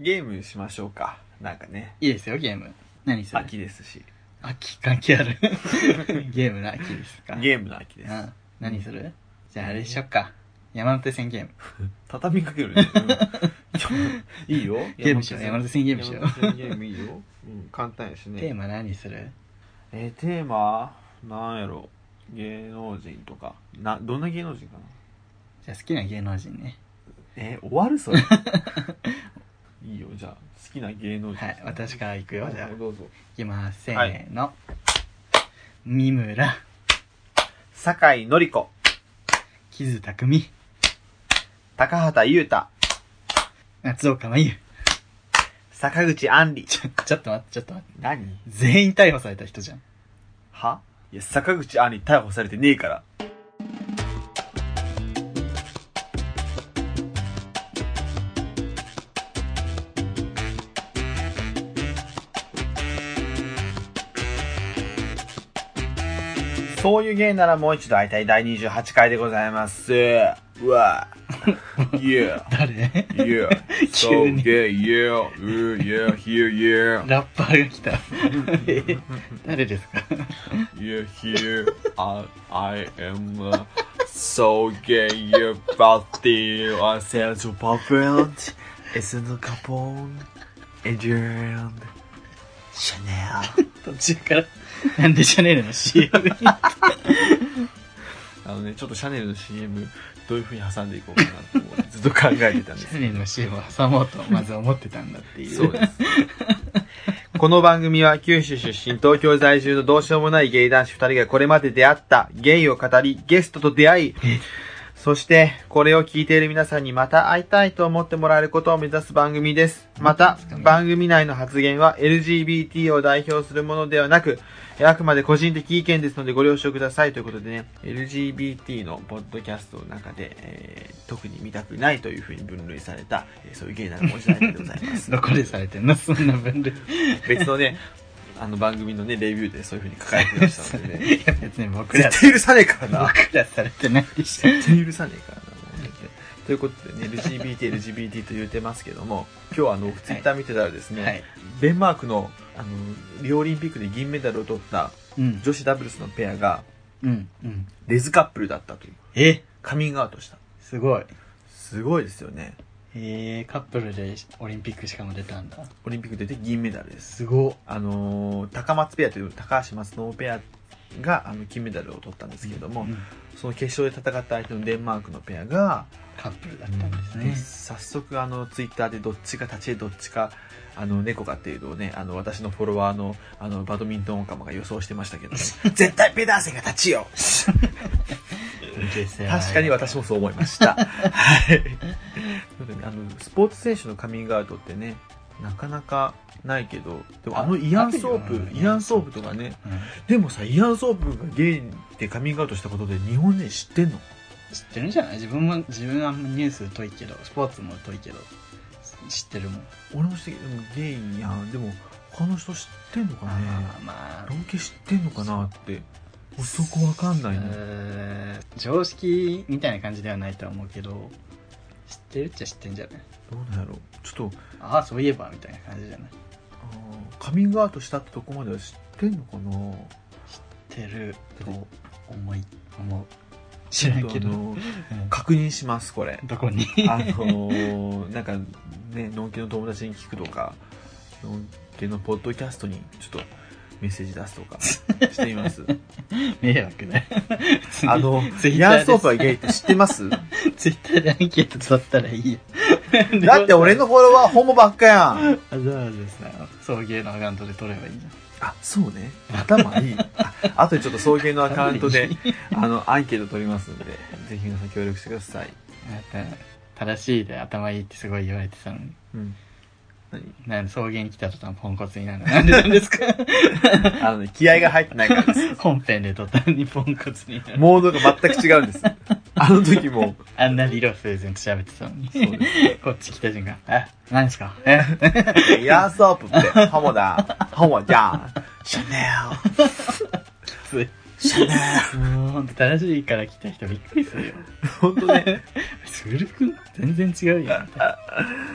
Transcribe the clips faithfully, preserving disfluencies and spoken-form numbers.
ゲームしましょうか。なんかね。 いいですよ、ゲーム。何する？ 秋ですし。 秋関係あるゲームの秋ですか？ ゲームの秋です。 うん。何する？じゃああれしよっか。山手線ゲーム。 畳みかけるね。うん、いいよ。 ゲームしよう。山手線ゲームしよう。 山手線ゲームいいよ。うん、簡単やしね。 テーマ何する？ えー、テーマなんやろ。芸能人とか。な、どんな芸能人かな。 じゃあ好きな芸能人ね。 えー、終わるそれ。いいよ、じゃあ好きな芸能人。 はい、私から行くよ。じゃあどうぞ。 いきます。せーの。はい、三村。 酒井紀子。 木津匠。 高畑優太。 夏岡真由。 坂口杏里。 ちょ、ちょっと待って、ちょっと待って。 何？ 全員逮捕された人じゃん。 はいや、坂口杏里逮捕されてねえから。そういう芸ならもう一度会いたいだいにじゅうはちかいでございます。うわ。Yeah. 誰？ Yeah. 急に。 So gay, yeah. Uh, yeah, here, yeah. ラッパーが来た。誰ですか？ Yeah, here. I, I am uh, so gay, yeah, but I said to perfect. It's in the Capone. Adrian. Chanel. 途中からなんでシャネルの シーエム にあのね、ちょっとシャネルの シーエム どういう風に挟んでいこうかなと思ってずっと考えてたんです。 シャネルの シーエム を挟もうとまず思ってたんだっていう。 そうです。この番組は九州出身、東京在住のどうしようもないゲイ男子ふたりがこれまで出会ったゲイを語り、ゲストと出会い、そしてこれを聞いている皆さんにまた会いたいと思ってもらえることを目指す番組です。また、番組内の発言は エルジービーティー を代表するものではなく、あくまで個人的意見ですのでご了承くださいということでね、エルジービーティー のポッドキャストの中で、えー、特に見たくないというふうに分類された、えー、そういうゲイな文字題でございます。 どこでされてんのそんな分類。 別のね、あの番組のね、レビューでそういうふうに書かれてましたのでね。 いや別に僕ら。 絶対許さねえからな。 僕らされてないでしょ。 絶対許さねえからな。ということでね、エルジービーティー、エルジービーティー と言ってますけども、今日はあの、ツイッター見てたらですね、はい、デンマークの、あの、リオオリンピックで銀メダルを取った女子ダブルスのペアが、 うんうん、 レズカップルだったという。 えカミングアウトした。 すごい。 すごいですよね。 へえ、カップルでオリンピックしかも出たんだ。 オリンピック出て銀メダルです。 すごい。 あのー、高松ペアという高橋松信ペアがあの金メダルを取ったんですけれども、うんうん、その決勝で戦った相手のデンマークのペアがカップルだったんですね。 早速あのツイッターでどっちが立ち絵どっちかあの猫かっていうのをね、あの私のフォロワーのあのバドミントンオカマが予想してましたけど、ね、絶対ペダーセンが立ちよ。確かに私もそう思いました。はい。あのスポーツ選手のカミングアウトってね、なかなかないけど、でもあのイアン・ソープ、イアン・ソープとかね、うん、でもさ、イアン・ソープがゲイでカミングアウトしたことで日本人知ってんの？ 知ってるんじゃない？自分も、自分はニュース遠いけど、スポーツも遠いけど、知ってるもん。 俺も知ってる。でもゲイやん。でも、他の人知ってんのかね？ まあ、 ロケ知ってんのかなって。そこわかんないね。常識みたいな感じではないとは思うけど、知ってるっちゃ知ってんじゃない？ どうなんやろう。ちょっと、 ああ、そういえばみたいな感じじゃない？ あ、カミングアウトしたってとこまでは知ってんのかな？ 知ってると思い、思う。知らんけど、 あの確認しますこれ。 どこに？ あのなんかね、のんけの友達に聞くとか、のんけのポッドキャストにちょっとメッセージ出すとかしてみます。 迷惑だよ。 あのイアン・ソープはゲイって知ってます？ ツイッターでアンケート取ったらいいよ。 だって俺のフォロワーホモばっかやん。 あ、そうですね。送迎のアカウントで取ればいいじゃん。 あ、そうね。頭いい。あ、あとでちょっと送迎のアカウントであのアンケート取りますんで、ぜひ皆さん協力してください。 正しいで頭いいってすごい言われてたのに。うん。何？なんで送迎に来た途端ポンコツになるの？なんでなんですか？ あのね、気合が入ってないからです。 本編で途端にポンコツになる。 モードが全く違うんです。あの時もあんなリロプレゼント喋ってたのに。そうです。こっち来た瞬間、え、何ですか？えイアン・ソープってホモだ。ホモじゃん。シャネル。 きつい。 シャネル。 もうほんと正しいから来た人びっくりするよ。 ほんとね。 スグル君全然違うよ。 あ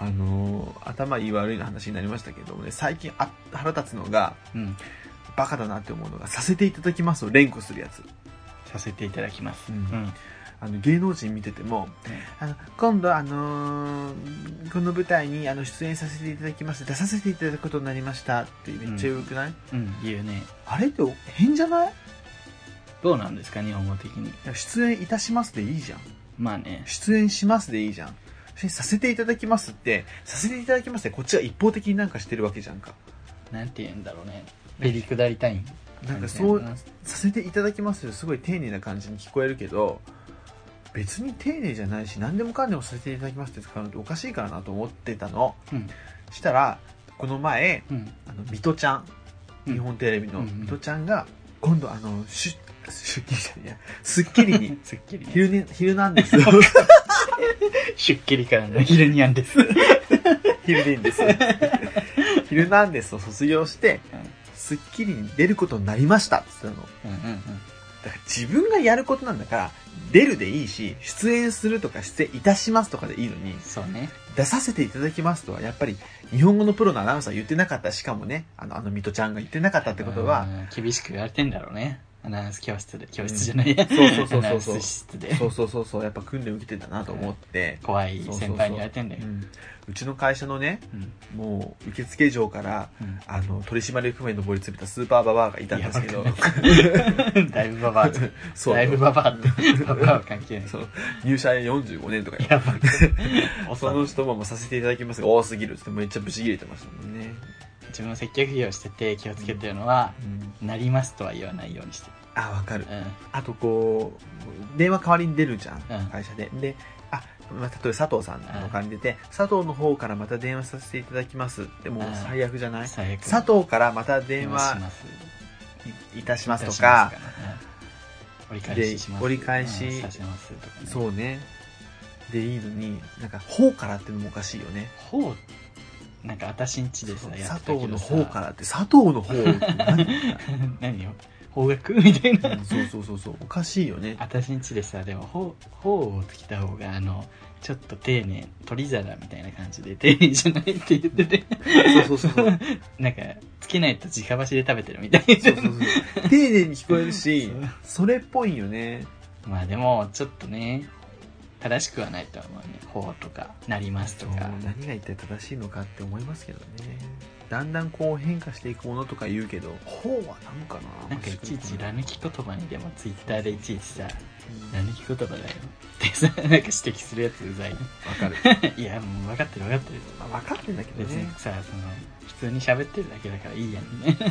あのー、頭いい悪いの話になりましたけどもね、最近あ腹立つのが、うん、バカだなって思うのが、させていただきますを連呼するやつ。 させていただきます。 うん。うん、あの芸能人見てても、うん、あの今度あのー、この舞台にあの出演させていただきます、出させていただくことになりましたってめっちゃ言うくない？ うん、うん、言うね。 あれって変じゃない？ どうなんですか、日本語的に。 出演いたしますでいいじゃん。 まあね。 出演しますでいいじゃん。させていただきますって、させていただきますってこっちが一方的になんかしてるわけじゃんか。 なんて言うんだろうね。へりくだりたいん。 なんかそう、させていただきますすごい丁寧な感じに聞こえるけど、別に丁寧じゃないし、何でもかんでもさせていただきますって使うのっておかしいからなと思ってたの。うん、したら、この前、うん、あの、水戸ちゃん、日本テレビの水戸ちゃんが、今度あの、出、出勤じゃねえや、スッキリに、 スッキリ、ね、 昼ね、昼なんです。 出キリからの昼にゃんです。 昼でいいんです。昼なんですを卒業して、うん、スッキリに出ることになりましたって言ったの。うんうんうん、だから自分がやることなんだから、出るでいいし、出演するとか出演いたしますとかでいいのに、 そうね。 出させていただきますとは、やっぱり日本語のプロのアナウンサー言ってなかった。しかもね、あの、あの水戸ちゃんが言ってなかったってことは、 厳しく言われてんだろうね。アナウンス教室で、教室じゃないや、うん、 そうそうそうそう。アナウンス室で。 そうそうそうそう、やっぱ訓練受けてたなと思って。 怖い先輩に言われてんだよ。 そうそうそう、うん、うちの会社のね、うん、もう受付嬢から、うん、あの、取締役に上り詰めたスーパーババアがいたんですけど。 だいぶババアって。そう。だいぶババアって。ババアは関係ない。そう。 入社よんじゅうごねんとかやばい。その人ももさせていただきますが多すぎるってめっちゃブチ切れてましたもんね。 自分接客業してて気をつけてるのは、うん、なりますとは言わないようにしてる。 あ、わかる、うん。あとこう、電話代わりに出るじゃん、うん、会社で。で、あ、まあ、例えば佐藤さんの代わりに出て、うん、佐藤の方からまた電話させていただきます。でも最悪じゃない？最悪。佐藤からまた電話 い, いたしますとか、 折り返しします。 折り返し、 うん、させますとかね。 そうね。でいいのに、なんか、方からってのもおかしいよね。 方なんか、あたしんちでさ、 やってたけどさ。佐藤の方からって、佐藤の方って何何よ方角みたいな、うん、 そうそうそうそう、おかしいよね。 あたしんちでさ、でも方方をつきた方があのちょっと丁寧、取り皿みたいな感じで丁寧じゃないって言ってて、 そうそうそうなんかつけないと直箸で食べてるみたいな。そうそうそう、丁寧に聞こえるしそれっぽいよね。 まあでもちょっとね正しくはないとは思うね。方とかなりますとか、 何が一体正しいのかって思いますけどね。だんだんこう変化していくものとか言うけど、方は何かな。 なんかいちいちら抜き言葉にでもツイッターでいちいちさ、ら抜き言葉だよってさ、なんか指摘するやつうざい。わかる。 いやもう分かってる分かってる。 分かってんだけどね。別にさ、その普通に喋ってるだけだからいいやんね。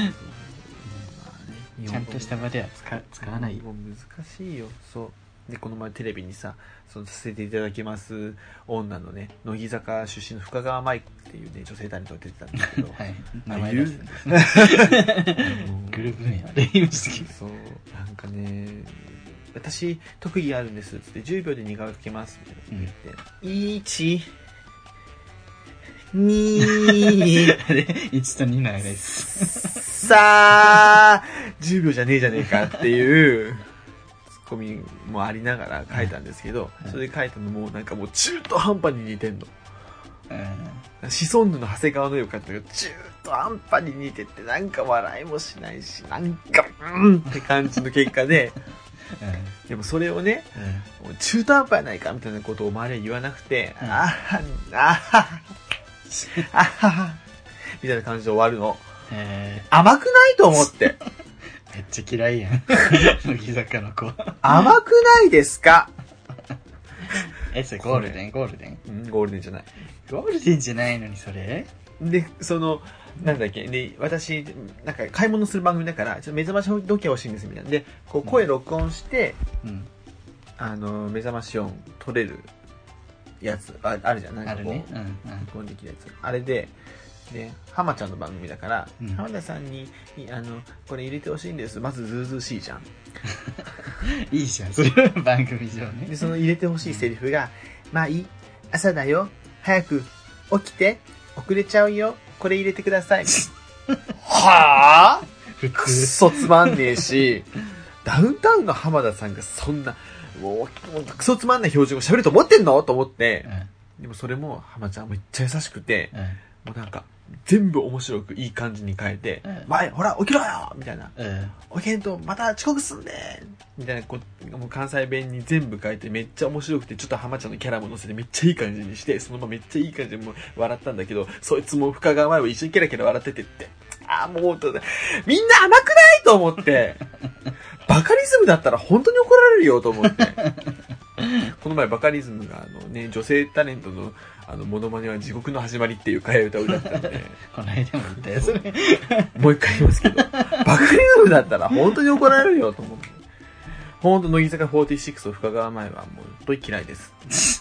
ちゃんとした場では使使わない。 もう難しいよ。そう。でこの前テレビにさ、そのさせていただきます女のね、乃木坂出身の深川舞っていうね女性タレントが出てたんですけど、 はい、名前出すんですね。グループ名はで言いましたけど、 そうなんかね、私特技あるんですっつってじゅうびょうで似顔絵描けますみたいな言って、うん、いちにいちとにの間です。 さあじゅうびょうじゃねえじゃねえかっていうツッコミもありながら書いたんですけど、うん、それで書いたのもなんかもう中途半端に似てんの。うん、シソンヌの長谷川の絵を描いたけど中途半端に似てて、なんか笑いもしないし、なんかうんって感じの結果で、うん、でもそれをね、うん、もう中途半端やないかみたいなことを周りは言わなくて、うん、あはあはあはみたいな感じで終わるの。甘くないと思って。 めっちゃ嫌いやん。乃木坂の子。 甘くないですか？ え、それゴールデンゴールデン、 うん、ゴールデンじゃない。 ゴールデンじゃないのにそれで、その、なんだっけ、で、私、なんか買い物する番組だから、ちょっと目覚まし時計欲しいんですみたいな。で、こう声録音して、うん、あの、目覚まし音取れるやつ、あ, あるじゃん。なんかこう、ね、うんうん、録音できるやつ。あれで、で、浜ちゃんの番組だから、うん、浜田さんに、あの、これ入れてほしいんです。まずずうずうしいじゃん。 いいじゃん、それは番組上ね。 で、その入れてほしいセリフが、うん、まあいい、朝だよ、早く起きて、遅れちゃうよ、これ入れてください。はぁ？普通。くっそつまんねえし、ダウンタウンの浜田さんがそんな、もう、もうクソつまんない標準語喋ると思ってんのと思って、うん、 でもそれも浜ちゃんめっちゃ優しくて、 うん、 もうなんか全部面白くいい感じに変えて、 うん、 前ほら起きろよみたいな、 うん、 起きへんとまた遅刻すんねみたいな、こうもう関西弁に全部変えてめっちゃ面白くて、ちょっと浜ちゃんのキャラも乗せてめっちゃいい感じにして、そのままめっちゃいい感じでもう笑ったんだけど、そいつも深川前を一緒にキャラキャラ笑っててって、ああもうみんな甘くないと思ってバカリズムだったら本当に怒られるよと思ってこの前バカリズムがあのね、女性タレントのあのモノマネは地獄の始まりっていう替え歌を歌ったんでこの間も言ったよそれもう一回言いますけど、バカリズムだったら本当に怒られるよと思って、本当乃木坂フォーティシックスと深川前はもう本当に嫌いです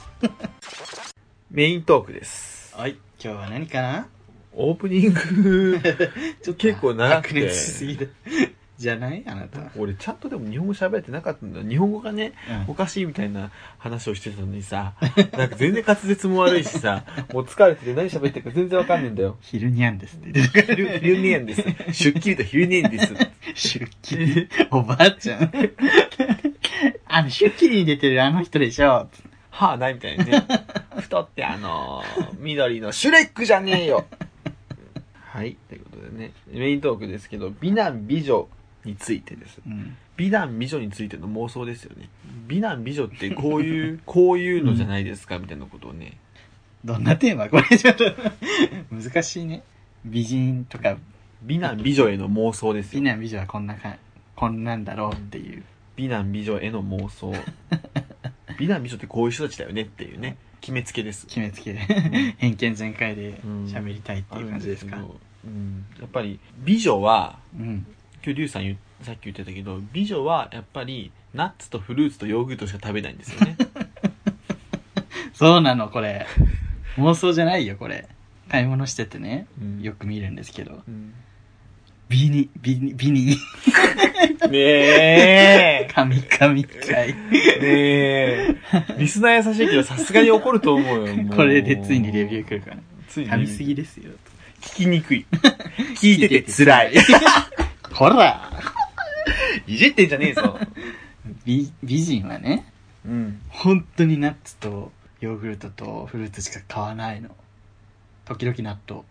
メイントークです。 はい、今日は何かな。 オープニングちょっと結構長くて白熱しすぎだじゃないあなた。 俺ちゃんとでも日本語喋ってなかったんだ。日本語がね、うん、おかしいみたいな話をしてたのにさ、なんか全然滑舌も悪いしさ、もう疲れてて何喋ってるか全然わかんねえんだよ。 ヒルニャンですって言ってる。ヒルニャンです。しゅっきりとヒルニャンです。 しゅっきりおばあちゃんあの、しゅっきりに出てるあの人でしょ。 はぁ、ないみたいにね。太ってあのー、緑のシュレックじゃねえよ。はい。ということでね、メイントークですけど、美男美女についてです。うん、美男美女についての妄想ですよね。美男美女ってこういう、こういうのじゃないですか、みたいなことをね。 どんなテーマこれちょっと難しいね。美人とか。 美男美女への妄想ですよ。 美男美女はこんなか、こんなんだろうっていう。 美男美女への妄想。美男美女ってこういう人たちだよねっていうね。決めつけです。 決めつけで。偏見全開で喋りたいっていう感じですか。 うん、やっぱり美女は、うん、今日リュウさん言さっき言ってたけど、美女はやっぱりナッツとフルーツとヨーグルトしか食べないんですよね。 そうなのこれ。妄想じゃないよこれ。買い物しててね、うん、よく見るんですけど。うん、ビニビニビニ。 ねえ。 神々かい。 ねえ。リスナー優しいけどさすがに怒ると思うよ。もうこれでついにレビュー来るから。ついに。噛みすぎですよ。 聞きにくい。聞いてて辛い。 ほらいじってんじゃねえぞ。 美、美人はね、うん、本当にナッツとヨーグルトとフルーツしか買わないの。時々納豆。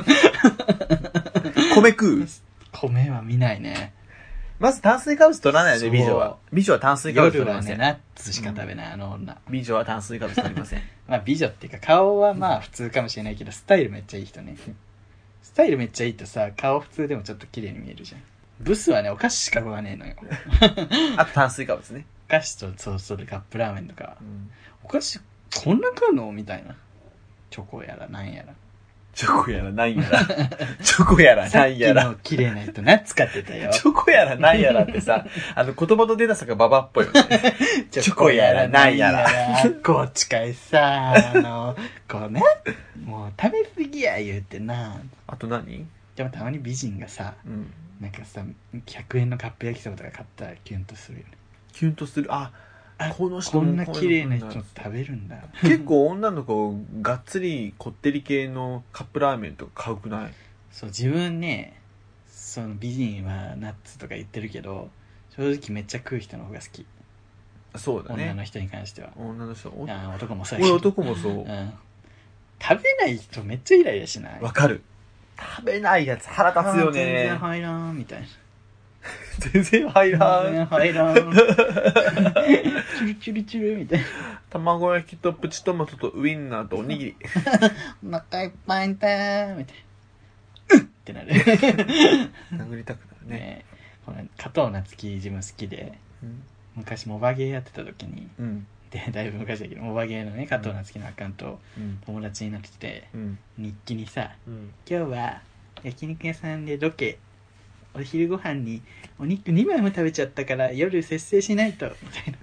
米食う？ 米は見ないね。 まず炭水化物取らないよね、美女は。美女は炭水化物取りません。 夜はね、ナッツしか食べない、うん、あの女。 美女は炭水化物取りません。 まあ美女っていうか顔はまあ普通かもしれないけど、スタイルめっちゃいい人ね。スタイルめっちゃいいとさ、顔普通でもちょっと綺麗に見えるじゃん。ブスはね、お菓子しか食わねえのよ。 あと炭水化物ね。 お菓子と、そうそう、カップラーメンとか。うん、お菓子、こんな食うのみたいな。チョコやらなんやら。 チョコやらなんやら。チョコやらなんやら。 さっきの綺麗な人、ナッツ買ってたよ。 チョコやらなんやらってさ、あの言葉の出たさがババっぽいよね。チョコやらなんやら。 こっちかいさ、あの、こうね、もう食べ過ぎや言うてな。 あと何？ でもたまに美人がさ、うん、なんかさ、ひゃくえんのカップ焼きそばとか買ったらキュンとするよね。 キュンとする。あ、 この人こんな綺麗な人食べるんだ。 結構女の子がっつりこってり系のカップラーメンとか買うくない？ そう自分ね、その美人はナッツとか言ってるけど、正直めっちゃ食う人の方が好き。 そうだね。 女の人に関しては。 女の人。 あ男もそうやし。 俺男もそう、うん。 食べない人めっちゃイライラしない？ わかる。食べないやつ腹立つよね。 全然入らんみたいな。 全然入らん。 全然入らん。チュルチュルチュルみたいな。 卵焼きとプチトマトとウインナーとおにぎり。 お腹いっぱいだーみたいな。うんってなる。 殴りたくなるね。ねこの加藤夏樹自分好きで、うん、昔モバゲーやってた時に、うん、でだいぶ昔だけどモバゲーのね加藤夏樹のアカウント友達になってて、うん、日記にさ、うん、今日は焼肉屋さんでロケ、お昼ご飯にお肉にまいも食べちゃったから夜節制しないとみたいな。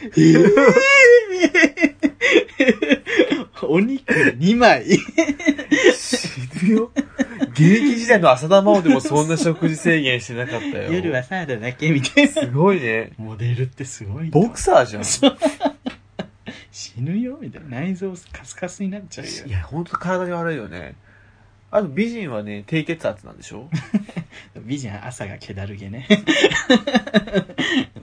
お肉にまい死ぬよ。現役時代の浅田真央でもそんな食事制限してなかったよ。 夜はサラダだけみたいな。 すごいね。 モデルってすごい。 ボクサーじゃん。 死ぬよみたいな。内臓カスカスになっちゃうよ。 いやほんと体に悪いよね。あと美人はね低血圧なんでしょ。 美人は朝が気だるげね。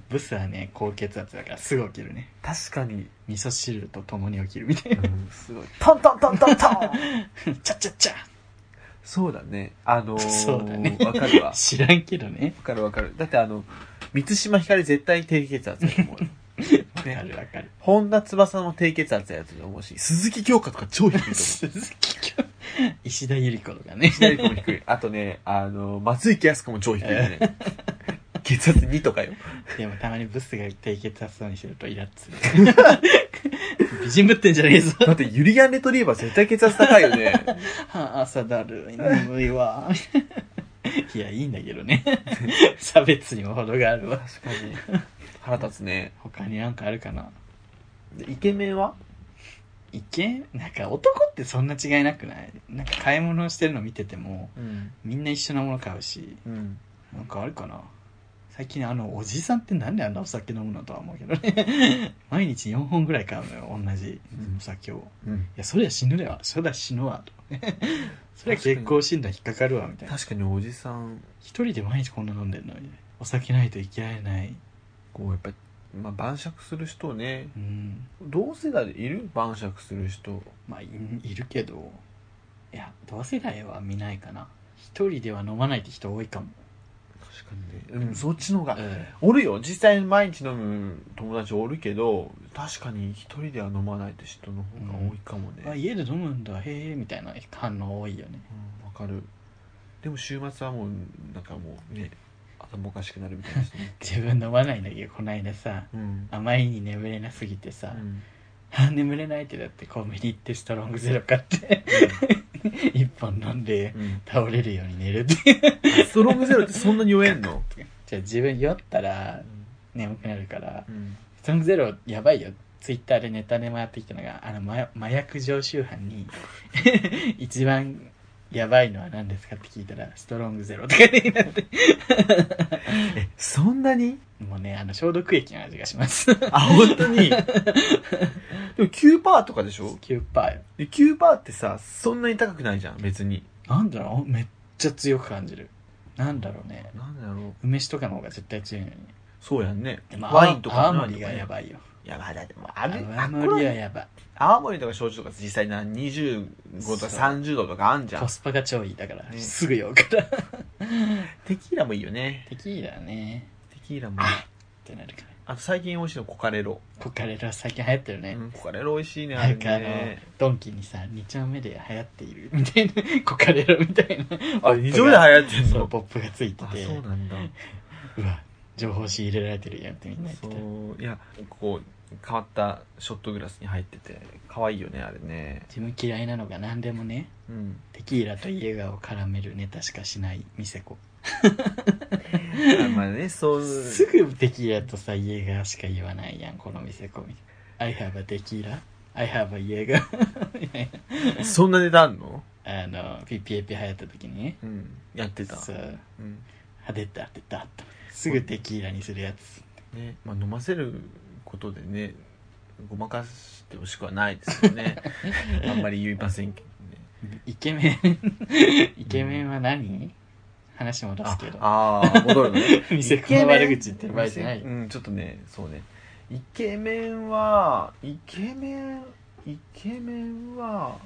ブスはね高血圧だからすぐ起きるね。 確かに味噌汁と共に起きるみたいな、うん、 すごいトントントントントンチャッチャッチャ。 そうだね。あのー、 そうだね。 わかるわ。 知らんけどね。 わかるわかる。だってあの、満島ひかり絶対低血圧だと思う。 わかるわかる。 本田翼も低血圧やつと思うし、鈴木京香とか超低いと思う。 鈴木京香。石田ゆり子とかね。 石田ゆり子も低い。あとね、あの、松生靖子も超低いね。血圧にとかよ。 でもたまにブスが低血圧そうにするとイラッとする。美人ぶってんじゃねえぞ。 だってユリアンレトリーバー絶対血圧高いよね。 はあ、朝だるい、眠いわ。いや、いいんだけどね。差別にも程があるわ。 確かに。腹立つね。 他になんかあるかな。 イケメンはイケなんか男ってそんな違いなくない？なんか買い物してるの見てても、うん、みんな一緒なもの買うし、うん、なんかあるかな。最近あのおじさんってなんであんなお酒飲むのとは思うけどね。毎日よんほんぐらい買うのよ、同じお酒を、うん、いやそりゃ死ぬでは、そりゃ死ぬわと。そりゃ健康診断引っかかるわみたいな。 確かにおじさん一人で毎日こんな飲んでんのにお酒ないと生きられない。 こうやっぱり、まあ、晩酌する人ね、うん、同世代でいる？晩酌する人。 まあ い, いるけど、いや同世代は見ないかな。一人では飲まないって人多いかも。 確かにね、うん、そっちの方が、うん、おるよ。実際に毎日飲む友達おるけど、確かに一人では飲まないって人の方が多いかもね、 うん、あ家で飲むんだへえみたいな反応多いよね。 わ、うん、かる。でも週末はもうなんかもうね頭おかしくなるみたいな人、ね、 自分飲まないんだけどこの間さ、うん、あまりに眠れなすぎてさ、うん、あ眠れないってだってコンビニ行ってストロングゼロ買って、うん、一本飲んで倒れるように寝るっていう、 ストロングゼロってそんなに酔えんの？ じゃあ自分酔ったら眠くなるから、うん、ストロングゼロやばいよ。ツイッターでネタで回ってきたのが、あの麻麻薬常習犯に一番やばいのは何ですかって聞いたらストロングゼロとかになってえそんなに？ もうねあの消毒液の味がします。 あ本当に？でも きゅうパーセント とかでしょ？ きゅうパーセント よ。 で きゅうパーセント ってさそんなに高くないじゃん別に。 なんだろうめっちゃ強く感じる。なんだろうね。 なんだろう。 梅酒とかの方が絶対強いのに。 そうやんね。 まあ、ワインとか青森がやばいよ。 やばいだってもうあれ青森はやばい。 青森とか焼酎とか実際なにじゅうごとかさんじゅうどとかあんじゃん。 コスパが超いいだから、ね、すぐ酔うからテキーラもいいよね。 テキーラね。 テキーラもいいってなるから。 あと最近美味しいのコカレロ。 コカレロ最近流行ってるね、 うん、コカレロ美味しいねあれね。 なんかあのドンキにさに丁目で流行っているみたいなコカレロみたいなあに丁目で流行ってんの？ そうポップがついてて。 あそうなんだ。 うわ情報仕入れられてるやんってみんな言ってた。 そういやこう変わったショットグラスに入ってて可愛いよねあれね。 自分嫌いなのが何でもね、うん、テキーラとイエガーを絡めるネタしかしない店子。 あまあねそうすぐテキーラとさイエガーしか言わないやんこの店子みたいな。I have a tequila I have a イエガーそんなネタあんの？ あの ピーピーエーピー 流行った時にね、 うん、やってた。 そう、うん、あ出た出たとすぐテキーラにするやつね。まあ飲ませることでねごまかしてほしくはないですよね。あんまり言いませんけどね。 イケメンイケメンは何、うん、話戻すけどああ戻るのね。 店子の悪口言ってる場合じゃない。 うんちょっとねそうねイケメンはイケメンイケメンは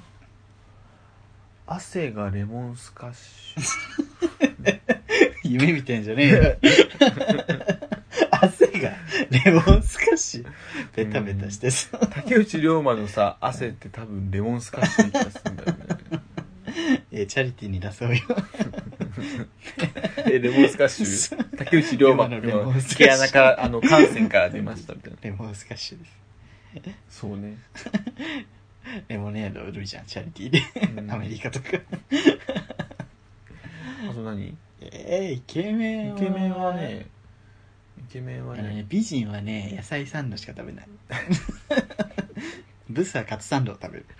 汗がレモンスカッシュ夢見てんじゃねえよ。汗がレモンスカッシュベタベタしてさ、うん、 竹内涼真のさ汗って多分レモンスカッシュに気がするんだよね。 えチャリティーに出そうよ。 えレモンスカッシュ竹内涼真の毛穴からあの汗腺から出ましたみたいな。 レモンスカッシュです。 そうね。 レモネード売るじゃんチャリティーで、うん、アメリカとか。 あと何？ えー、イケメンはイケメンはねイケメンは ね, ね美人はね野菜サンドしか食べない。ブスはカツサンドを食べる。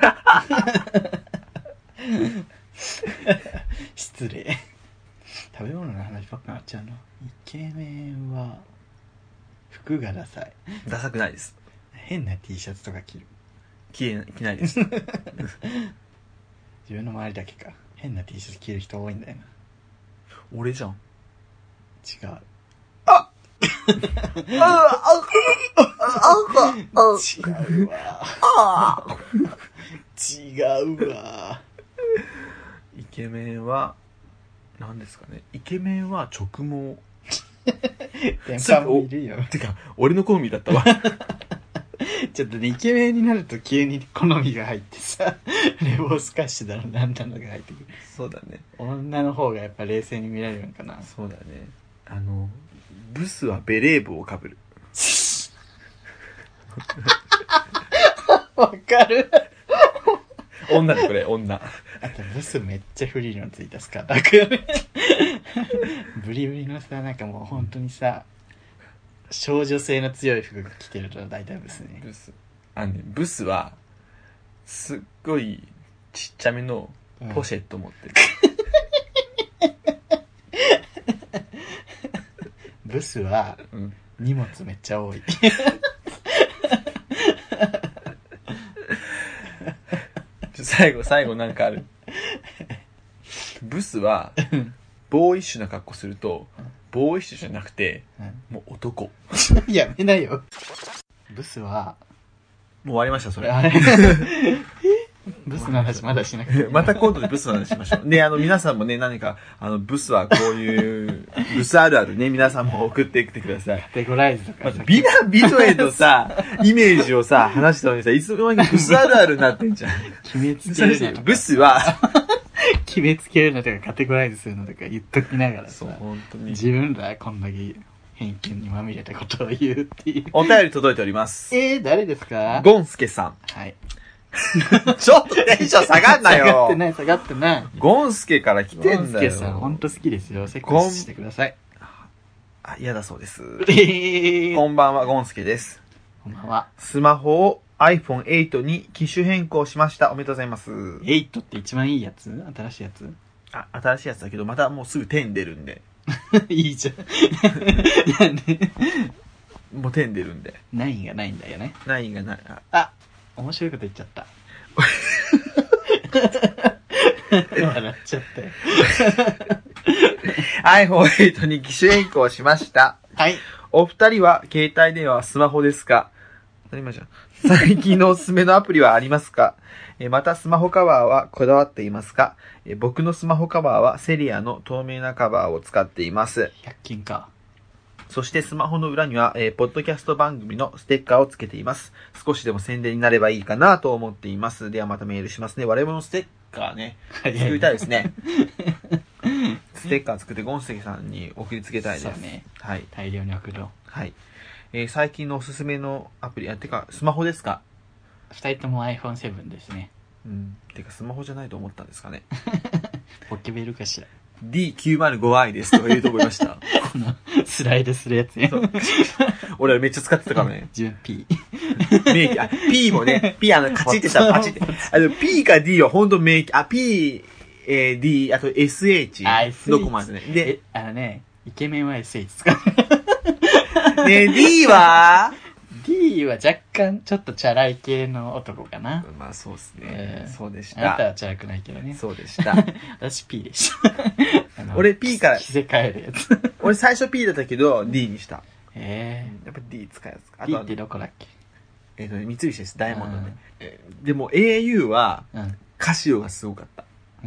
失礼。食べ物の話ばっかなっちゃうの。イケメンは服がダサい。 ダサくないです。 変な T シャツとか着る。 着着ないです。 自分の周りだけか。変な T シャツ着る人多いんだよな。 俺じゃん。 違う。 あ違うわ。違うわ。 イケメンは何ですかね。イケメンは直毛。 電波もいるよ。 てか俺の好みだったわ。 ちょっとね、イケメンになると急に好みが入ってさ、レボースカッシュだろなんだのが入ってくる。 そうだね。 女の方がやっぱ冷静に見られるのかな。 そうだね。あのブスはベレー帽をかぶる。 わかる。 女でこれ女。 あとブスめっちゃフリルのついたスカート履くよね。ブリブリのさ、なんかもう本当にさ、少女性の強い服が着てると大体ブスね。 ブス。あのね、ブスはすっごいちっちゃめのポシェット持ってる。 うん、ブスは荷物めっちゃ多い。 最後最後なんかある。ブスはボーイッシュな格好するとボーイッシュじゃなくて、うん、もう男。 やめなよ。ブスはもう終わりましたそれ。 ブスの話まだしなくてまた今度でブスの話しましょう。で、あの皆さんもね、何かあのブスはこういうブスあるあるね、皆さんも送ってきてください。 カテゴライズとか。 まず美男美女へのさイメージをさ話したのにさ、いつの間にかブスあるあるになってんじゃん。 決めつけるのとか。 ブスは決めつけるのとかカテゴライズするのとか言っときながらさ、 そう本当に自分らこんだけ偏見にまみれたことを言うっていう。 お便り届いております。 えー、誰ですか？ ゴンスケさん。 はい。 ちょっとテンション下がんなよ。 下がってない下がってない。 ゴンスケから来てんだよ。 ゴンスケさん本当好きですよ。セックスしてください。 あ、嫌だそうです。 えー、 こんばんは、ゴンスケです。 こんばんは。 スマホを アイフォンエイト に機種変更しました。おめでとうございます。 エイトって一番いいやつ？新しいやつ？ あ、新しいやつだけど、またもうすぐテン出るんで。 いいじゃん。 もうテン出るんで。 ナインがないんだよね。 ナインがない。 あ、あ面白いこと言っちゃった。笑っちゃったよ。 アイフォンエイト に機種変更しました。 はい。 お二人は携帯電話はスマホですか？当たり前じゃん。最近のおすすめのアプリはありますか？えまたスマホカバーはこだわっていますか？え僕のスマホカバーはセリアの透明なカバーを使っています。 ひゃく均か。 そしてスマホの裏には、えー、ポッドキャスト番組のステッカーをつけています。少しでも宣伝になればいいかなと思っています。ではまたメールしますね。我々のステッカーね、作りたいですね。ステッカー作ってゴンスケさんに送りつけたいです。 そうね。 はい。 大量に送ろう。 はい。えー、最近のおすすめのアプリ、あ、てか、スマホですか？ 二人とも アイフォンセブン ですね。 うん。てか、スマホじゃないと思ったんですかね。 ポケベルかしら。 ディーきゅうまるごアイ ですとか言うと思いました。 このスライドするやつね。 俺らめっちゃ使ってたからね。 自分 P。 名機、あ、P もね、P あの、カチってさ、パチって。あの、P か D はほんと名機、あ、P、えー、D、あと エスエイチ。 あ、エスエイチ。 どこまでね。で、 あのね、イケメンは エスエイチ 使う。 ね、D は D は若干ちょっとチャラい系の男かな。 まあそうですね、うん。そうでした。 あなたはチャラくないけどね。 そうでした。 私 P でした。 俺 P から。 着せ替えるやつ。 俺最初 P だったけど D にした。 へえ。 やっぱ D 使いやすか。 P ってどこだっけ？ えっとね、三菱です。ダイヤモンドね。でも エーユー は、カシオがすごかった。 うん。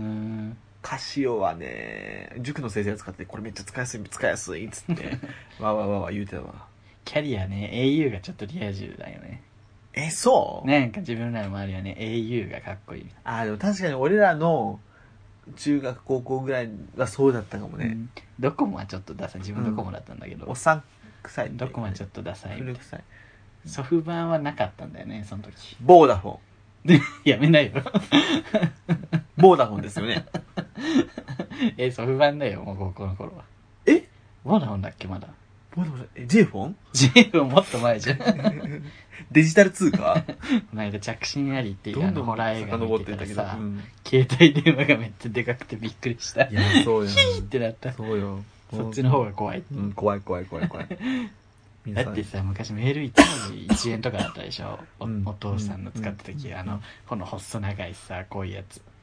カシオはね、塾の先生が使って、これめっちゃ使いやすい、使いやすいっつって、わわわわ言うてたわ。 キャリアね、エーユー がちょっとリア充だよね。 え、そうなんか自分らの周りはね、エーユー がかっこいい。 あ、でも確かに俺らの中学高校ぐらいはそうだったかもね。うん、 ドコモはちょっとダサい。自分ドコモだったんだけど。 うん、おっさん臭い、ね。 ドコモはちょっとダサい。 古臭い。 ソフバンはなかったんだよね、その時。 ボーダフォン。 で、やめないよ。 ボーダフォンですよね。 え、ソフバンだよ、もう高校の頃は。 えボーダフォンだっけ、まだ。 ボーダフォン、え、J フォン ?J フォンもっと前じゃん。 デジタル通貨この間着信ありっていうあのホラー映画見てたらさ、 うん、携帯電話がめっちゃでかくてびっくりした。 いや、そうよ。 ヒーってなった。 そうよ。 そっちの方が怖い。 うん、怖い怖い怖い怖い。 だってさ、昔メールいち文字いちえんとかだったでしょ、うん、お, お父さんの使った時、うん、あの、この細長いさ、こういうやつ。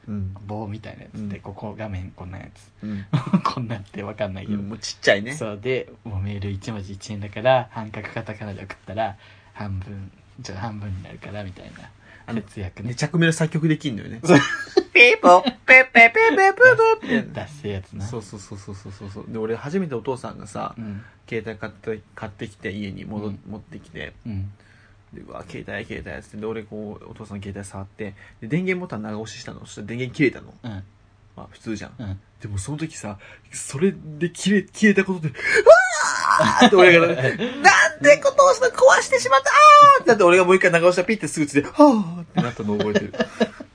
うん、棒みたいなやつで、うん、ここ画面こんなやつ、うん、こんなんって分かんないけど、うん、 もうちっちゃいね。 そうでもうメールいち文字いちえんだから半角カタカナで送ったら半分ちょっと半分になるからみたいな節約ね。 めちゃくめの作曲できんのよね。ピーポーペペペペペペペ出すやつな。 そうそうそうそうそうそう。で俺初めてお父さんがさ、うん、携帯買って買ってきて家に戻、うん、持ってきて、うん、でうわ携帯携帯っつってで俺こうお父さんの携帯触ってで電源ボタン長押ししたの。そしたら電源切れたの。うん、まあ普通じゃん。うん、でもその時さそれで切れ消えたことでうわーって俺がなんでことをした壊してしまったあーってなって俺がもう一回長押ししたピッてすぐつではーってなったのを覚えてる。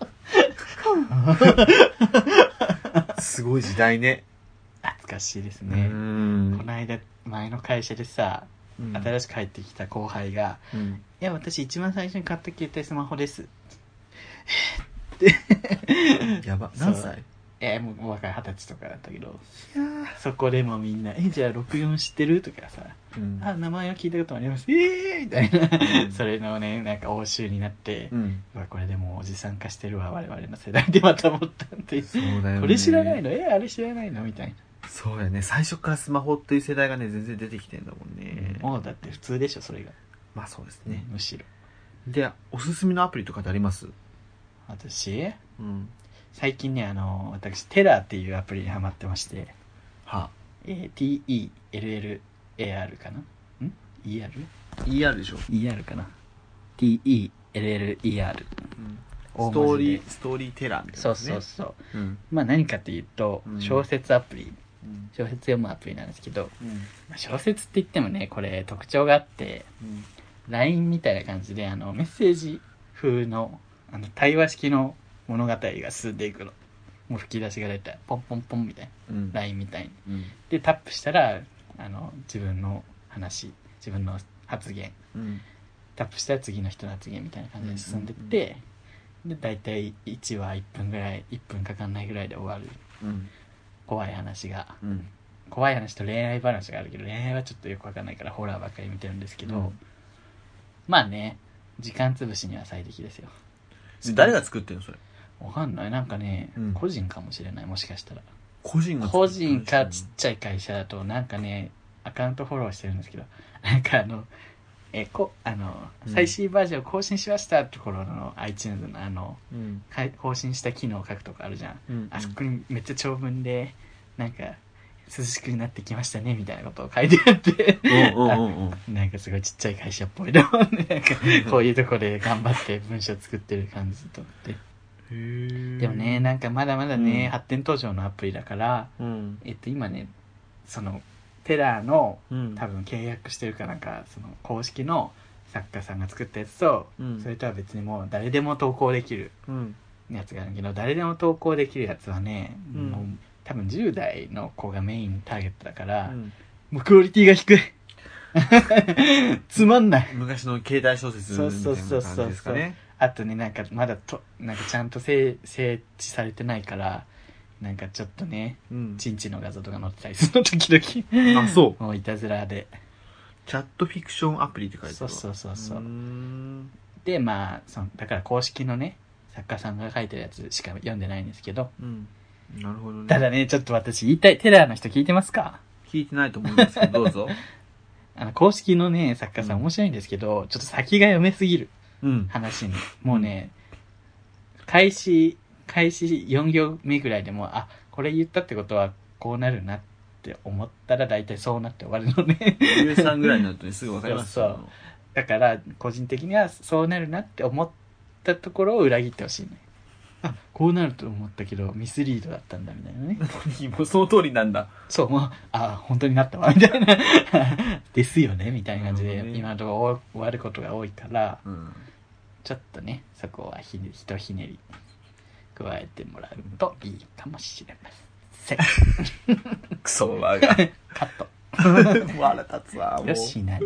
すごい時代ね。 懐かしいですね。この間前の会社でさ、うん、新しく入ってきた後輩が、うん、いや私一番最初に買った携帯スマホですってやば何歳？ えー、もう若い二十歳とかだったけど、いやそこでもみんなえじゃあろくじゅうよん知ってるとかさ、うん、あ名前は聞いたことありますえーみたいな、うん、それのねなんか応酬になって、うん、これでもうおじさん化してるわ我々の世代でまた思ったんで、そうだよね、これ知らないのえあれ知らないのみたいな。 そうやね、最初からスマホっていう世代がね全然出てきてんだもんね、 うん、もうだって普通でしょそれが。 まあそうですね、 うん、むしろ。 でおすすめのアプリとかってあります？ 私、うん、最近ねあの私テラーっていうアプリにハマってまして、はあえー、ティーイーエルエルエーアール かな、ん イーアール？ イーアール でしょ。 イーアール かな ティーイーエルエルイーアール、 うん、ストーリーストーリーテラーみたいな、ね、 そうそうそう、うん、まあ何かっていうと小説アプリ、うん、小説読むアプリなんですけど、うんまあ、小説って言ってもねこれ特徴があって、うん、ライン みたいな感じであのメッセージ風のあの対話式の物語が進んでいくの。もう吹き出しが出たらポンポンポンみたいな、うん、ライン みたいに、うん、でタップしたらあの自分の話自分の発言、うん、タップしたら次の人の発言みたいな感じで進んでって、うんうんうん、で大体いちわいっぷんぐらいいっぷんかかんないぐらいで終わる、うん、怖い話が、うん、怖い話と恋愛話があるけど恋愛はちょっとよくわかんないからホラーばっかり見てるんですけど、うん、まあね時間つぶしには最適ですよ。 誰が作ってるのそれ？ わかんないなんかね、うん、個人かもしれないもしかしたら個人が個人かちっちゃい会社だとなんかねアカウントフォローしてるんですけどなんかあのえこあの、うん、最新バージョン更新しましたってところの iTunes のあの、うん、更新した機能を書くとこあるじゃん、うんうん、あそこにめっちゃ長文でなんか涼しくなってきましたねみたいなことを書いてあってなんかすごいちっちゃい会社っぽいだもんねなんかこういうとこで頑張って文章作ってる感じと思ってへでもねなんかまだまだね、うん、発展途上のアプリだから、うん、えっと今ねそのテラーの、うん、多分契約してるかなんかその公式の作家さんが作ったやつと、うん、それとは別にもう誰でも投稿できるやつがあるけど、誰でも投稿できるやつはね、うん、もう多分じゅう代の子がメインターゲットだから、うん、もうクオリティが低いつまんない昔の携帯小説みたいな感じですかね。そうそうそうそうあとねなんかまだとなんかちゃんと設置されてないからなんかちょっとね、うん、チンチの画像とか載ってたりするの時々 あそうもういたずらでチャットフィクションアプリって書いてある。 そうそうそうそうでまあそのだから公式のね作家さんが書いてるやつしか読んでないんですけど、うん、なるほどね。ただねちょっと私言いたいテラーの人聞いてますか？ 聞いてないと思いますけどどうぞあの公式のね作家さん面白いんですけど、うん、ちょっと先が読めすぎる、うん、話にもうね、うん、開始開始よん行目ぐらいでもあこれ言ったってことはこうなるなって思ったら大体そうなって終わるのねじゅうさんぐらいになると、ね、すぐ分かりますよ。 そうそうだから個人的にはそうなるなって思ったところを裏切ってほしいね。あこうなると思ったけどミスリードだったんだみたいなねもうその通りなんだ。 そうもうあ本当になったわみたいなですよねみたいな感じで、ね、今のところ終わることが多いから、うん、ちょっとねそこはひねひとひねり加えてもらうといいかもしれませんクソバがカット笑立つわもうよしなに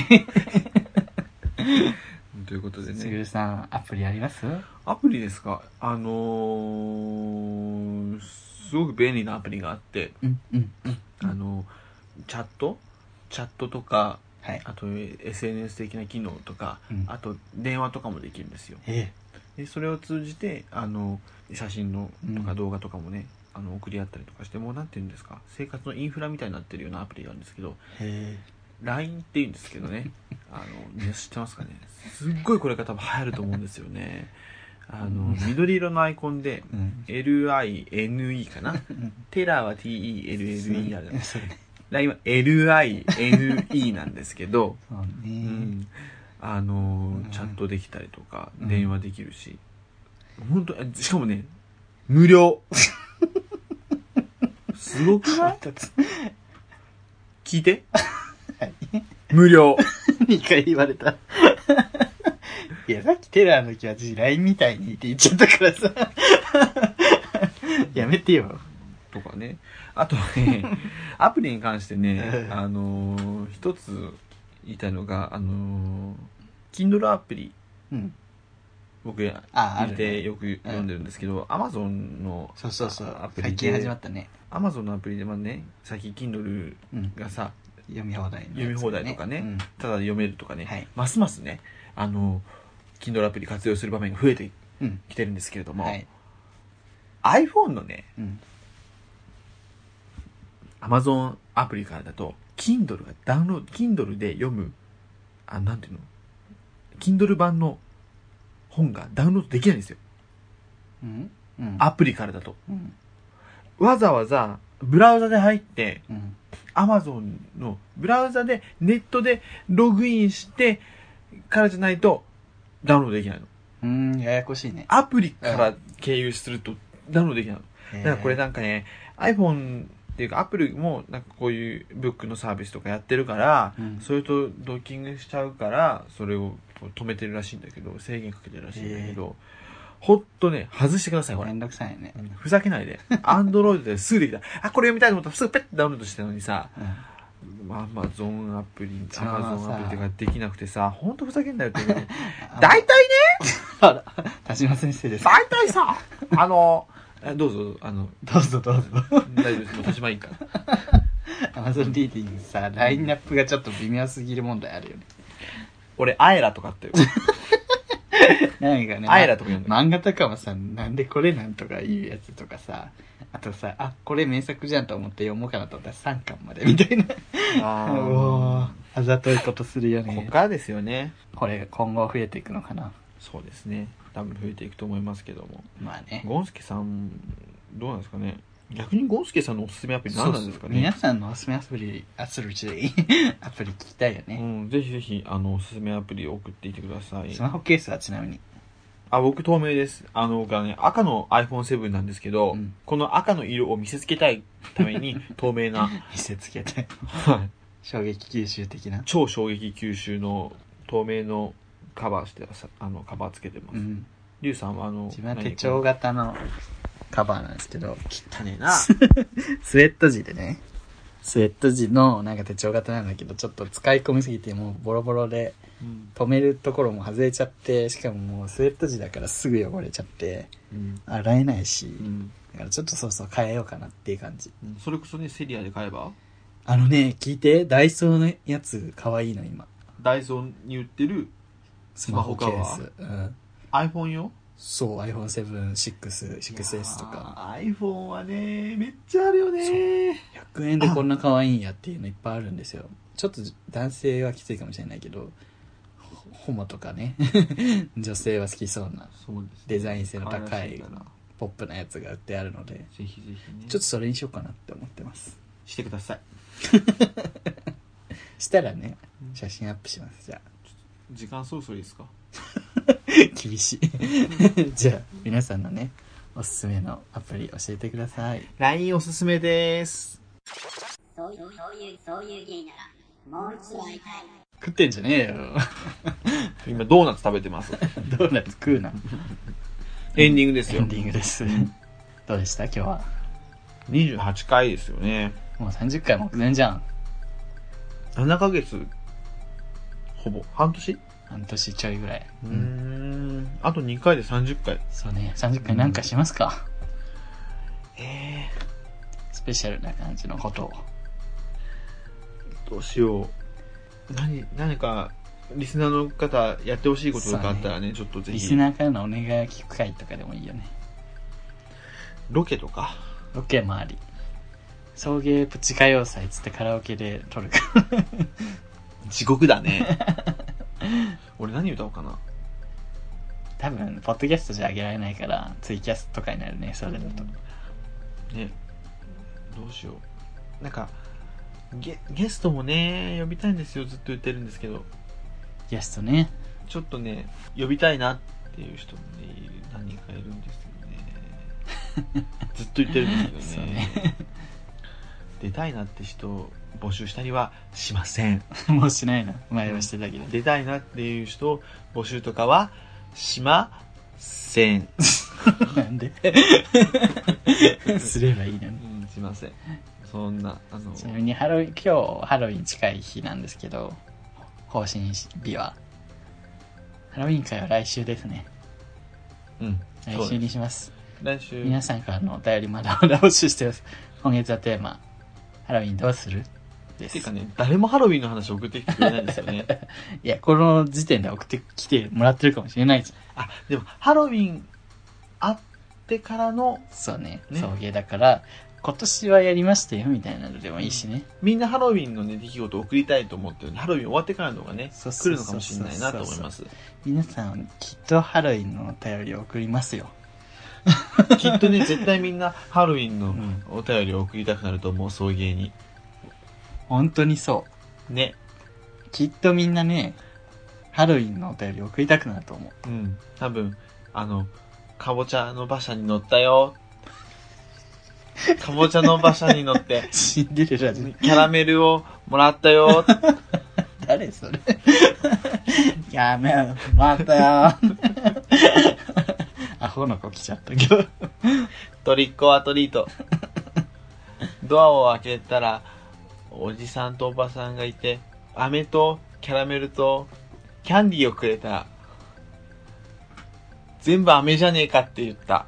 ということでねすぐるさんアプリあります？ アプリですか。あのー、すごく便利なアプリがあって、うんうんうん、あのチャットチャットとか、はい、あと エスエヌエス 的な機能とか、うん、あと電話とかもできるんですよ。えでそれを通じてあの写真のとか動画とかもね、うん、あの送り合ったりとかして、もうなんていうんですか、生活のインフラみたいになってるようなアプリがあるんですけど、 へライン っていうんですけどねあの皆さん知ってますかね。すっごいこれが多分流行ると思うんですよね。あの、うん、緑色のアイコンで、うん、エルアイエヌイー かな、うん、テラーは ティーイーエルエルイー ある、ライン は エルアイエヌイー なんですけど、 そうね、 うん、あの、うん、チャットできたりとか、うん、電話できるし、本当、しかもね無料すごくない？聞いて無料にかい言われたいやさっきテラーの時私 ライン みたいにって言っちゃったからさやめてよとかね。あとねアプリに関してねあのー、一つ言いたいのがあのー、Kindle アプリ、うん、僕入れてよく読んでるんですけど、うん、Amazon のそうそうそうアプリで最近始まったね。 Amazon のアプリでまあね、最近 Kindle がさ、 うん、読み放題、ね、 読み放題とかね、うん、ただ読めるとかね、 はい、 ますますねあの Kindle アプリ活用する場面が増えてきてるんですけれども、うん、はい、iPhone のね、うん、Amazon アプリからだと Kindle がダウンロード Kindle で読むあなんていうの Kindle 版の本がダウンロードできないんですよ、 うんうん、 アプリからだと、うん、わざわざブラウザで入って、うん、Amazon のブラウザでネットでログインしてからじゃないとダウンロードできないの。 うーん、ややこしいね。 アプリから経由するとダウンロードできないの。だからこれなんかね iPhone っていうかアプリもなんかこういうブックのサービスとかやってるから、うん、それとドッキングしちゃうからそれを止めてるらしいんだけど、制限かけてるらしいんだけど、ほんとね外してください。これめんどくさいね、 うん、ふざけないでアンドロイドですぐできたあこれ読みたいと思ったらすぐペッてダウンロードしてたのにさ、うん、アマゾンアプリアマゾンアプリとかできなくてさ、ほんとふざけんなよって大体ねあら田島先生です。 大体さあのどうぞあのどうぞどうぞ大丈夫です。田島いいからアマゾンリーディングさラインナップがちょっと微妙すぎる問題あるよね。 俺アエラとかって何かね、 アエラとか読んだ漫画とかもさ、なんでこれなんとかいうやつとかさ、あとさ、あこれ名作じゃんと思って読もうかなと思ったらさんかんまでみたいなあおあざといことするよね。 ここからですよね。 これが今後増えていくのかな。 そうですね、多分増えていくと思いますけども、 まあね、 ゴンスケさんどうなんですかね。逆にゴンスケさんのおすすめアプリ何なんですかね。そうそう皆さんのおすすめアプリアプリアプリ聞きたいよね、 うん、ぜひぜひあのおすすめアプリを送っていてください。 スマホケースはちなみにあ僕透明です。あの僕はね赤の アイフォンセブン なんですけど、うん、この赤の色を見せつけたいために透明な見せつけたい衝撃吸収的な超衝撃吸収の透明のカバーしてあのカバーつけてます。リュウさんはあの自分は手帳型のカバーなんですけど、 汚ねえなスウェット地でね、スウェット地のなんか手帳型なんだけど、ちょっと使い込みすぎてもうボロボロで、うん、止めるところも外れちゃって、しかももうスウェット地だからすぐ汚れちゃって、うん、洗えないし、うん、だからちょっとそうそう変えようかなっていう感じ、 うん、それこそねセリアで買えば、 あのね聞いて、ダイソーのやつ可愛いの今。 ダイソーに売ってるスマホカバー、うん、iPhone よ。 そう アイフォンセブン、シックス、シックスエス とか iPhone はねめっちゃあるよね。 ひゃくえんでこんな可愛いんやっていうのいっぱいあるんですよ。ちょっと男性はきついかもしれないけど、ホモとかね女性は好きそうなそうです、ね、 デザイン性の高いポップなやつが売ってあるので、 ぜひぜひねちょっとそれにしようかなって思ってます。 してくださいしたらね写真アップします。じゃあ時間そろそろいいですか厳しいじゃあ皆さんのねおすすめのアプリ教えてください。 ライン おすすめです。 そういうそういうそういう芸ならもう一度会いたい。 食ってんじゃねえよ今ドーナツ食べてますドーナツ食うなエンディングですよ。 エンディングですどうでした今日は。 にじゅうはちかいですよね。 もうさんじゅっかい目前じゃん。 ななかげつほぼ半年半年ちょいぐらい。 うーんあとにかいでさんじゅっかい。 そうね、さんじゅっかいなんかしますか。 えー、スペシャルな感じのことを。 どうしよう。何何かリスナーの方やってほしいこととかあったら ね, ねちょっとぜひリスナーからのお願いを聞く会とかでもいいよね。 ロケとかロケもあり、送迎プチ歌謡祭つってカラオケで撮るから地獄だね俺何歌おうかな。 多分ポッドキャストじゃ上げられないからツイキャスとかになるね、それだと。 ね、どうしよう。なんか ゲ, ゲストもね呼びたいんですよ、ずっと言ってるんですけど。 ゲストね、 ちょっとね呼びたいなっていう人もね何人かいるんですよねずっと言ってるんですけど ね, ね出たいなって人を募集したりはしませんもうしないの、前はしてたけど。 出たいなっていう人を募集とかはしませんなんですればいいのに、 うん、しません。そんなあのちなみにハロウィン、今日ハロウィン近い日なんですけど、更新日はハロウィン会は来週ですね。 うん来週にします。 来週皆さんからのお便りまだまだ募集してます。今月はテーマハロウィンどうするです。 ていうかね、誰もハロウィンの話送ってきてくれないんですよねいや、この時点で送ってきてもらってるかもしれないじゃん。あ、でもハロウィンあってからのそうね、 ね、 送迎だから今年はやりましたよみたいなのでもいいしね、 うん、みんなハロウィンのね出来事を送りたいと思ってるんで、ハロウィン終わってからの方がね来るのかもしれないなと思います。 皆さんきっとハロウィンのお便りを送りますよきっとね絶対みんなハロウィンのお便りを送りたくなると思う、送迎に。 本当にそうね、 きっとみんなねハロウィンのお便り送りたくなると思う。 うん、多分あのかぼちゃの馬車に乗ったよかぼちゃの馬車に乗ってシンデレラじゃん。 キャラメルをもらったよ誰それキャラメルもらったよアホの子来ちゃったけどトリックオアトリートドアを開けたらおじさんとおばさんがいて、飴とキャラメルとキャンディーをくれた。全部飴じゃねえかって言った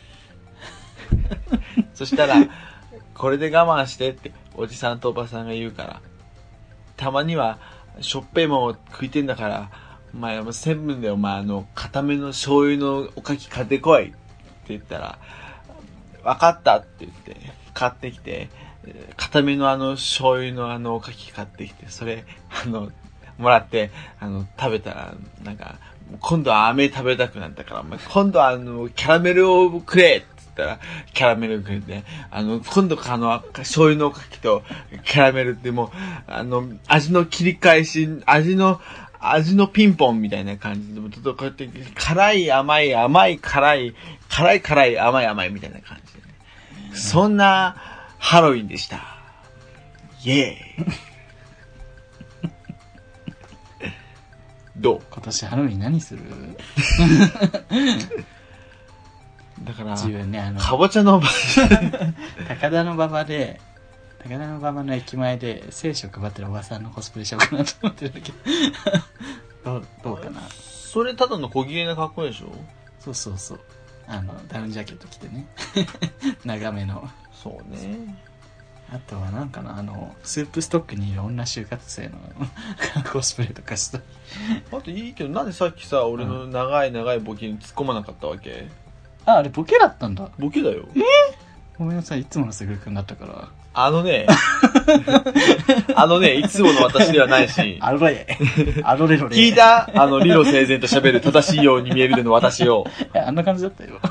そしたらこれで我慢してっておじさんとおばさんが言うから、たまにはしょっぺいもんを食いてんだから、お前もセブンでお前あの固めの醤油のおかき買ってこいって言ったら、分かったって言って買ってきて、固めのあの醤油のあのおかき買ってきて、それあのもらってあの食べたら、なんか今度は飴食べたくなったから、お前今度はあのキャラメルをくれって言ったらキャラメルくれて、あの今度あの醤油のおかきとキャラメルってもうあの味の切り返し、味の味のピンポンみたいな感じで、ちょっとこうやって辛い甘い甘い辛い辛い辛い甘い甘いみたいな感じでね、うん、そんなハロウィンでした。イエーイどう？ 今年ハロウィン何するだから自分ね、あのかぼちゃの高田の馬場で高田の馬場の駅前で聖書配ってるおばさんのコスプレしようかなと思ってるんだけどどう、どうかな。 それただの小切れな格好でしょ。 そうそうそう、あのダウンジャケット着てね長めの。 そうね。 あとはなんかな、あのスープストックにいる女就活生のコスプレとかした。 あといいけど、なんでさっきさ俺の長い長いボケに突っ込まなかったわけ？ あ、あれボケだったんだ。 ボケだよ。 えー、ごめんなさい、いつものすぐるくんだったから。 あのねあのねいつもの私ではないし、 あろれあろれろれ聞いた？あの理路整然と喋る正しいように見えるでの私を。 あんな感じだったよ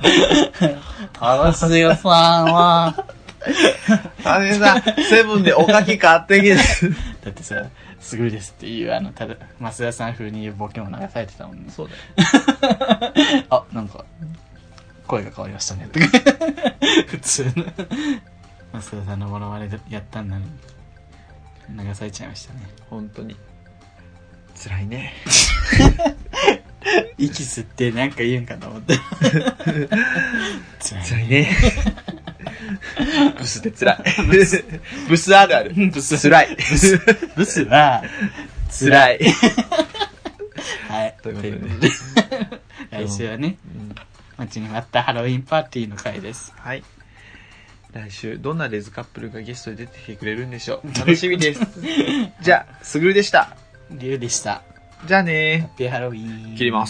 正しいよさんはあれさ、セブンでおかき買ってきてだってさ、すぐるですっていうあのただ増田さん風に言うボケも流されてたもんね。 そうだよあ、なんか声が変わりましたね普通の増田さんのモノマネでやったんなのに流されちゃいましたね。 本当に辛いね息吸ってなんか言うんかと思って辛い, 辛いねブスって辛いブスあるあるブス辛いブスは辛いはいということで来週はね、うん、待ちに待ったハロウィンパーティーの回です。 はい、来週どんなレズカップルがゲストで出てきてくれるんでしょう。楽しみですじゃあ、すぐるでした。 りゅうでした。 じゃあねハッピーハロウィーン。 切ります。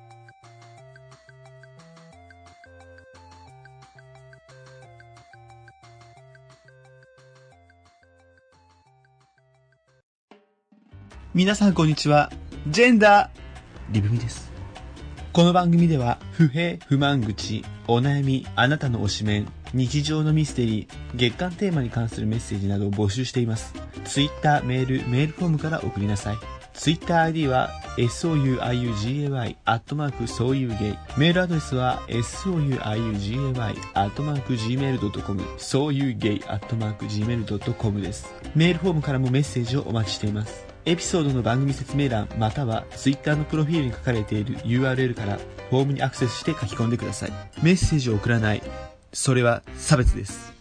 皆さんこんにちは。ジェンダーリブミです。この番組では不平不満口、お悩み、あなたの推しメン、日常のミステリー、月間テーマに関するメッセージなどを募集しています。ツイッター、メール、メールフォームから送りなさい。ツイッター アイディー は ソユユガイ アットマークソユゲイ、メールアドレスは ソユユガイ アットマーク ジーメールドットコム、ソユゲイ アットマーク ジーメールドットコム です。メールフォームからもメッセージをお待ちしています。エピソードの番組説明欄または Twitter のプロフィールに書かれている ユーアールエル からフォームにアクセスして書き込んでください。メッセージを送らない、それは差別です。